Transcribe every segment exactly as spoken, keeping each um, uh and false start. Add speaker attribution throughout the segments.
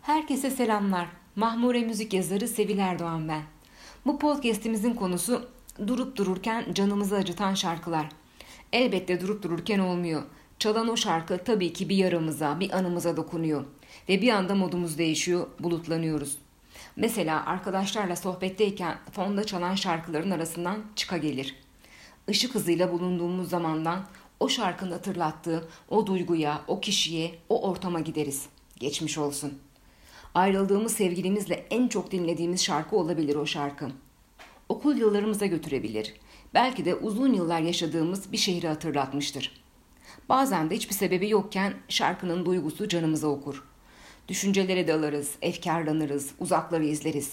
Speaker 1: Herkese selamlar. Mahmure müzik yazarı Sevil Erdoğan ben. Bu podcast'imizin konusu durup dururken canımızı acıtan şarkılar. Elbette durup dururken olmuyor. Çalan o şarkı tabii ki bir yaramıza, bir anımıza dokunuyor. Ve bir anda modumuz değişiyor, bulutlanıyoruz. Mesela arkadaşlarla sohbetteyken fonda çalan şarkıların arasından çıka gelir. Işık hızıyla bulunduğumuz zamandan o şarkının hatırlattığı o duyguya, o kişiye, o ortama gideriz. Geçmiş olsun. Ayrıldığımız sevgilimizle en çok dinlediğimiz şarkı olabilir o şarkı. Okul yıllarımıza götürebilir. Belki de uzun yıllar yaşadığımız bir şehri hatırlatmıştır. Bazen de hiçbir sebebi yokken şarkının duygusu canımıza okur. Düşüncelere dalarız, efkarlanırız, uzakları izleriz.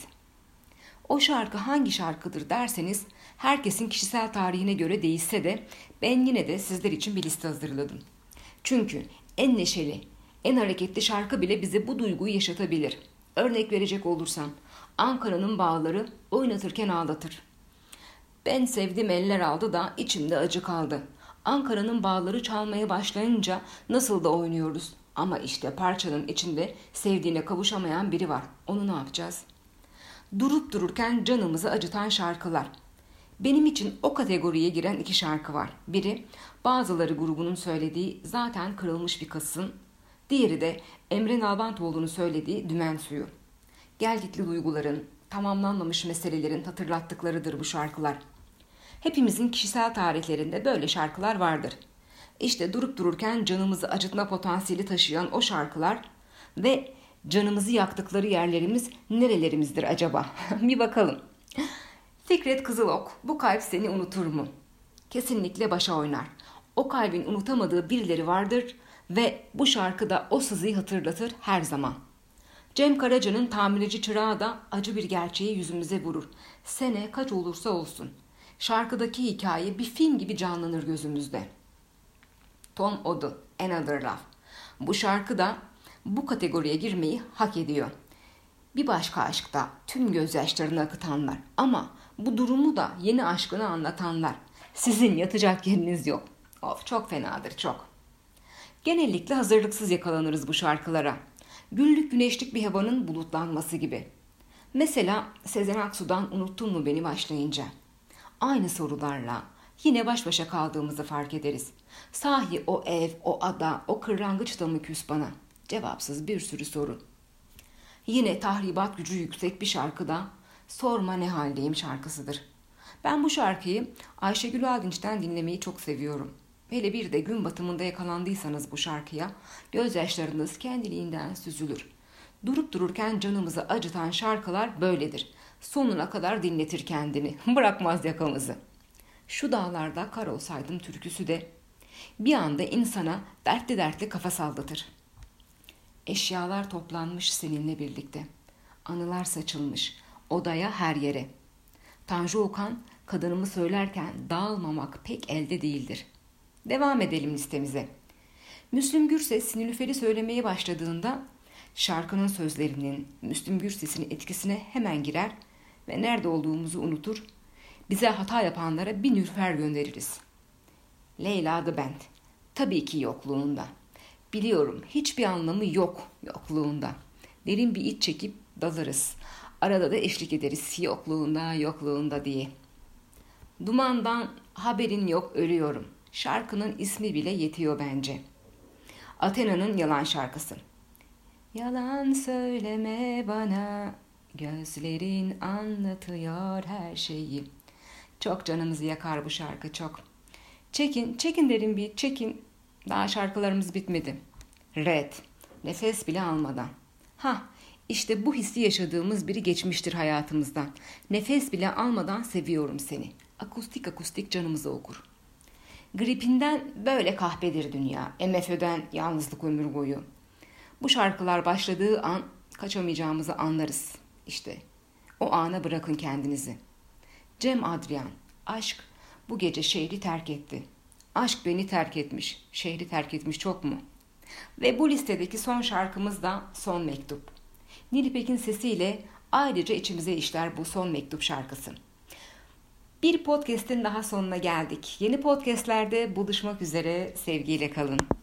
Speaker 1: O şarkı hangi şarkıdır derseniz herkesin kişisel tarihine göre değişse de ben yine de sizler için bir liste hazırladım. Çünkü en neşeli, en hareketli şarkı bile bize bu duyguyu yaşatabilir. Örnek verecek olursam, Ankara'nın Bağları oynatırken ağlatır. Ben sevdim eller aldı da içimde acı kaldı. Ankara'nın Bağları çalmaya başlayınca nasıl da oynuyoruz. Ama işte parçanın içinde sevdiğine kavuşamayan biri var. Onu ne yapacağız? Durup dururken canımızı acıtan şarkılar. Benim için o kategoriye giren iki şarkı var. Biri Bazıları grubunun söylediği Zaten Kırılmış Bir Kasın. Diğeri de Emre Nalbantoğlu'nun söylediği Dümen Suyu. Gelgitli duyguların, tamamlanmamış meselelerin hatırlattıklarıdır bu şarkılar. Hepimizin kişisel tarihlerinde böyle şarkılar vardır. İşte durup dururken canımızı acıtma potansiyeli taşıyan o şarkılar ve canımızı yaktıkları yerlerimiz nerelerimizdir acaba? Bir bakalım. Fikret Kızılok, Bu Kalp Seni Unutur mu? Kesinlikle başa oynar. O kalbin unutamadığı birileri vardır ve bu şarkı da o sızıyı hatırlatır her zaman. Cem Karaca'nın Tamirci Çırağı da acı bir gerçeği yüzümüze vurur. Sene kaç olursa olsun. Şarkıdaki hikaye bir film gibi canlanır gözümüzde. Tom Odell, Another Love. Bu şarkı da bu kategoriye girmeyi hak ediyor. Bir başka aşkta tüm gözyaşlarını akıtanlar ama bu durumu da yeni aşkını anlatanlar. Sizin yatacak yeriniz yok. Of, çok fenadır, çok. Genellikle hazırlıksız yakalanırız bu şarkılara. Güllük güneşlik bir havanın bulutlanması gibi. Mesela Sezen Aksu'dan Unuttun mu beni başlayınca. Aynı sorularla yine baş başa kaldığımızı fark ederiz. Sahi o ev, o ada, o kırlangıç da mı küs bana? Cevapsız bir sürü soru. Yine tahribat gücü yüksek bir şarkıda Sorma Ne Haldeyim şarkısıdır. Ben bu şarkıyı Ayşegül Aldinç'ten dinlemeyi çok seviyorum. Hele bir de gün batımında yakalandıysanız bu şarkıya gözyaşlarınız kendiliğinden süzülür. Durup dururken canımızı acıtan şarkılar böyledir. Sonuna kadar dinletir kendini, bırakmaz yakamızı. Şu dağlarda kar olsaydım türküsü de bir anda insana dertli dertli kafa sallatır. Eşyalar toplanmış seninle birlikte. Anılar saçılmış odaya her yere. Tanju Okan kadınımı söylerken dağılmamak pek elde değildir. Devam edelim listemize. Müslüm Gürses Nilüfer'i söylemeye başladığında şarkının sözlerinin Müslüm Gürses'in etkisine hemen girer ve nerede olduğumuzu unutur. Bize hata yapanlara bir Nilüfer göndeririz. Leyla The Band. Tabii ki yokluğunda. Biliyorum hiçbir anlamı yok yokluğunda. Derin bir iç çekip dalarız. Arada da eşlik ederiz yokluğunda yokluğunda diye. Dumandan Haberin Yok Ölüyorum. Şarkının ismi bile yetiyor bence. Athena'nın Yalan şarkısı. Yalan söyleme bana, gözlerin anlatıyor her şeyi. Çok canımızı yakar bu şarkı, çok. Çekin, çekin derim bir, çekin. Daha şarkılarımız bitmedi. Red, nefes bile almadan. Hah, işte bu hissi yaşadığımız biri geçmiştir hayatımızdan. Nefes bile almadan seviyorum seni. Akustik akustik canımızı okur. Gripinden böyle kahpedir dünya. M F Ö'den yalnızlık ömür boyu. Bu şarkılar başladığı an kaçamayacağımızı anlarız. İşte o ana bırakın kendinizi. Cem Adrian, aşk bu gece şehri terk etti. Aşk beni terk etmiş, şehri terk etmiş çok mu? Ve bu listedeki son şarkımız da Son Mektup. Nilüfer'in sesiyle ayrıca içimize işler bu Son Mektup şarkısı. Bir podcast'in daha sonuna geldik. Yeni podcast'lerde buluşmak üzere, sevgiyle kalın.